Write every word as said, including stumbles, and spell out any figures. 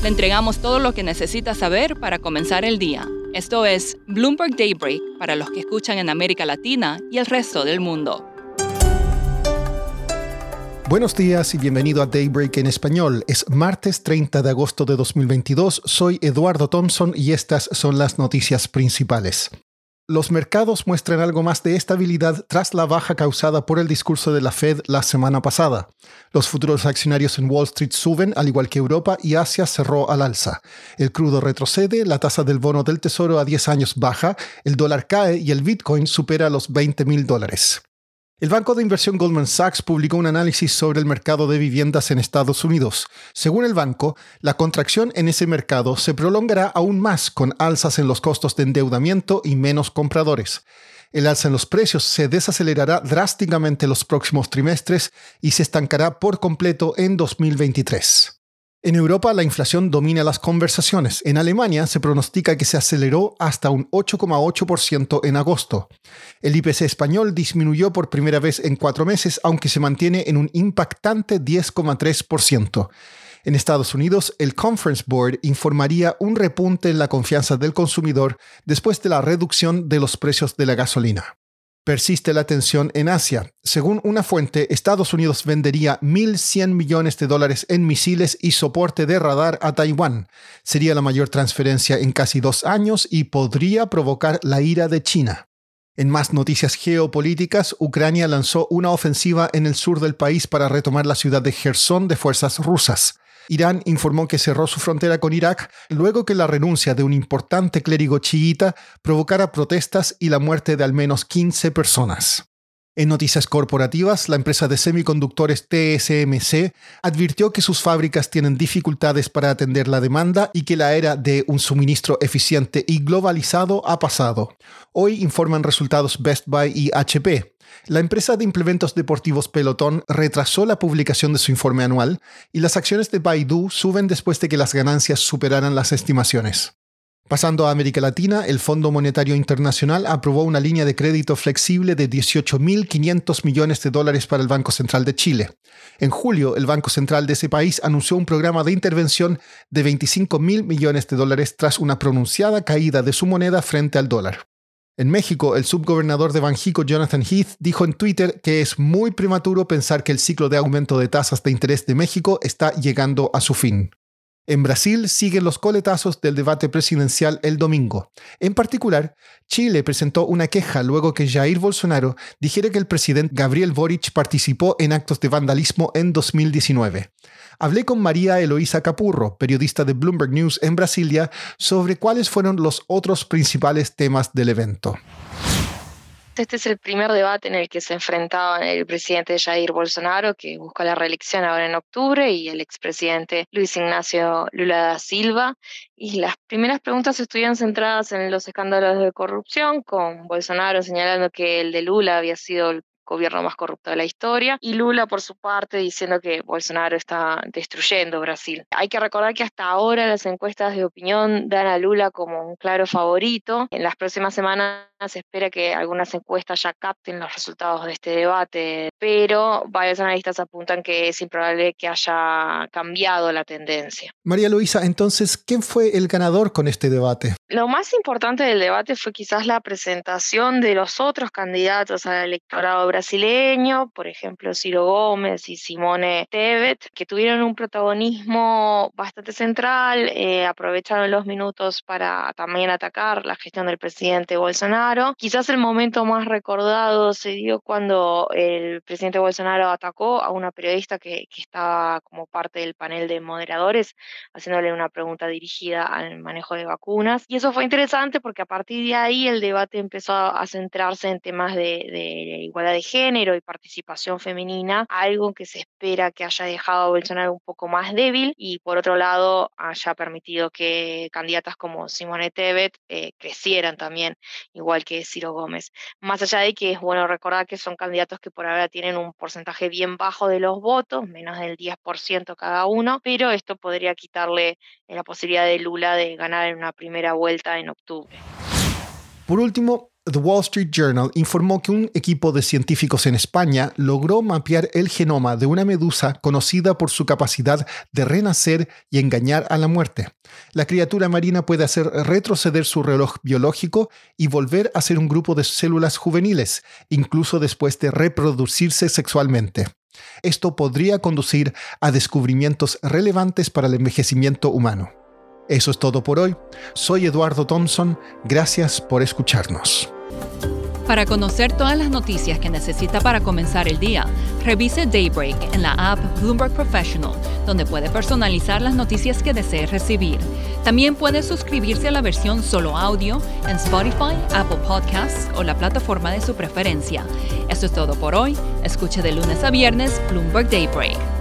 Le entregamos todo lo que necesita saber para comenzar el día. Esto es Bloomberg Daybreak para los que escuchan en América Latina y el resto del mundo. Buenos días y bienvenido a Daybreak en español. Es martes treinta de agosto de dos mil veintidós. Soy Eduardo Thompson y estas son las noticias principales. Los mercados muestran algo más de estabilidad tras la baja causada por el discurso de la Fed la semana pasada. Los futuros accionarios en Wall Street suben, al igual que Europa, y Asia cerró al alza. El crudo retrocede, la tasa del bono del Tesoro a diez años baja, el dólar cae y el Bitcoin supera los veinte mil dólares. El banco de inversión Goldman Sachs publicó un análisis sobre el mercado de viviendas en Estados Unidos. Según el banco, la contracción en ese mercado se prolongará aún más con alzas en los costos de endeudamiento y menos compradores. El alza en los precios se desacelerará drásticamente los próximos trimestres y se estancará por completo en dos mil veintitrés. En Europa, la inflación domina las conversaciones. En Alemania se pronostica que se aceleró hasta un ocho coma ocho por ciento en agosto. El I P C español disminuyó por primera vez en cuatro meses, aunque se mantiene en un impactante diez coma tres por ciento. En Estados Unidos, el Conference Board informaría un repunte en la confianza del consumidor después de la reducción de los precios de la gasolina. Persiste la tensión en Asia. Según una fuente, Estados Unidos vendería mil cien millones de dólares en misiles y soporte de radar a Taiwán. Sería la mayor transferencia en casi dos años y podría provocar la ira de China. En más noticias geopolíticas, Ucrania lanzó una ofensiva en el sur del país para retomar la ciudad de Jersón de fuerzas rusas. Irán informó que cerró su frontera con Irak luego que la renuncia de un importante clérigo chiita provocara protestas y la muerte de al menos quince personas. En noticias corporativas, la empresa de semiconductores T S M C advirtió que sus fábricas tienen dificultades para atender la demanda y que la era de un suministro eficiente y globalizado ha pasado. Hoy informan resultados Best Buy y H P. La empresa de implementos deportivos Peloton retrasó la publicación de su informe anual y las acciones de Baidu suben después de que las ganancias superaran las estimaciones. Pasando a América Latina, el Fondo Monetario Internacional aprobó una línea de crédito flexible de dieciocho mil quinientos millones de dólares para el Banco Central de Chile. En julio, el Banco Central de ese país anunció un programa de intervención de veinticinco mil millones de dólares tras una pronunciada caída de su moneda frente al dólar. En México, el subgobernador de Banjico, Jonathan Heath, dijo en Twitter que es muy prematuro pensar que el ciclo de aumento de tasas de interés de México está llegando a su fin. En Brasil siguen los coletazos del debate presidencial el domingo. En particular, Chile presentó una queja luego que Jair Bolsonaro dijera que el presidente Gabriel Boric participó en actos de vandalismo en dos mil diecinueve. Hablé con María Eloísa Capurro, periodista de Bloomberg News en Brasilia, sobre cuáles fueron los otros principales temas del evento. Este es el primer debate en el que se enfrentaban el presidente Jair Bolsonaro, que busca la reelección ahora en octubre, y el expresidente Luis Ignacio Lula da Silva. Y las primeras preguntas estuvieron centradas en los escándalos de corrupción, con Bolsonaro señalando que el de Lula había sido el gobierno más corrupto de la historia, y Lula por su parte diciendo que Bolsonaro está destruyendo Brasil. Hay que recordar que hasta ahora las encuestas de opinión dan a Lula como un claro favorito. En las próximas semanas se espera que algunas encuestas ya capten los resultados de este debate, pero varios analistas apuntan que es improbable que haya cambiado la tendencia. María Luisa, entonces, ¿quién fue el ganador con este debate? Lo más importante del debate fue quizás la presentación de los otros candidatos al electorado brasileño, por ejemplo Ciro Gómez y Simone Tebet, que tuvieron un protagonismo bastante central, eh, aprovecharon los minutos para también atacar la gestión del presidente Bolsonaro. Quizás el momento más recordado se dio cuando el presidente Bolsonaro atacó a una periodista que, que estaba como parte del panel de moderadores, haciéndole una pregunta dirigida al manejo de vacunas. Y eso fue interesante porque a partir de ahí el debate empezó a centrarse en temas de, de igualdad de género y participación femenina, algo que se espera que haya dejado a Bolsonaro un poco más débil y por otro lado haya permitido que candidatas como Simone Tebet eh, crecieran también, igual que Ciro Gómez. Más allá de que es bueno recordar que son candidatos que por ahora tienen un porcentaje bien bajo de los votos, menos del diez por ciento cada uno, pero esto podría quitarle la posibilidad de Lula de ganar en una primera vuelta en octubre. Por último, The Wall Street Journal informó que un equipo de científicos en España logró mapear el genoma de una medusa conocida por su capacidad de renacer y engañar a la muerte. La criatura marina puede hacer retroceder su reloj biológico y volver a ser un grupo de células juveniles, incluso después de reproducirse sexualmente. Esto podría conducir a descubrimientos relevantes para el envejecimiento humano. Eso es todo por hoy. Soy Eduardo Thompson. Gracias por escucharnos. Para conocer todas las noticias que necesita para comenzar el día, revise Daybreak en la app Bloomberg Professional, donde puede personalizar las noticias que desee recibir. También puede suscribirse a la versión solo audio en Spotify, Apple Podcasts o la plataforma de su preferencia. Eso es todo por hoy. Escuche de lunes a viernes Bloomberg Daybreak.